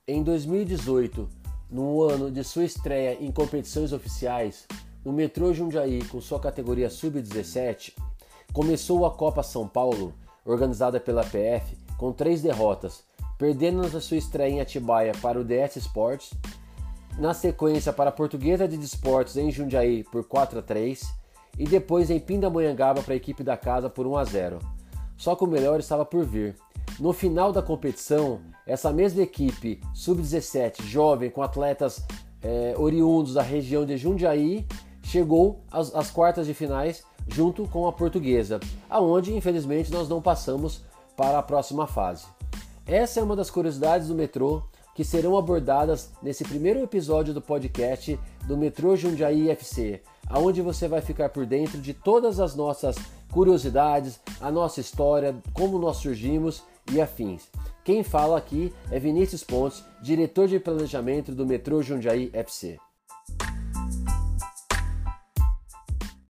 Em 2018, no ano de sua estreia em competições oficiais, o Metrô Jundiaí, com sua categoria Sub-17, começou a Copa São Paulo, organizada pela PF, com 3 derrotas, perdendo na sua estreia em Atibaia para o DS Sports, na sequência para a Portuguesa de Desportos em Jundiaí por 4-3 e depois em Pindamonhangaba para a equipe da casa por 1-0. Só que o melhor estava por vir. No final da competição, essa mesma equipe Sub-17 jovem com atletas oriundos da região de Jundiaí chegou às quartas de finais junto com a Portuguesa, aonde infelizmente nós não passamos para a próxima fase. Essa é uma das curiosidades do metrô que serão abordadas nesse primeiro episódio do podcast do Metrô Jundiaí FC, aonde você vai ficar por dentro de todas as nossas curiosidades, a nossa história, como nós surgimos e afins. Quem fala aqui é Vinícius Pontes, diretor de planejamento do Metrô Jundiaí FC.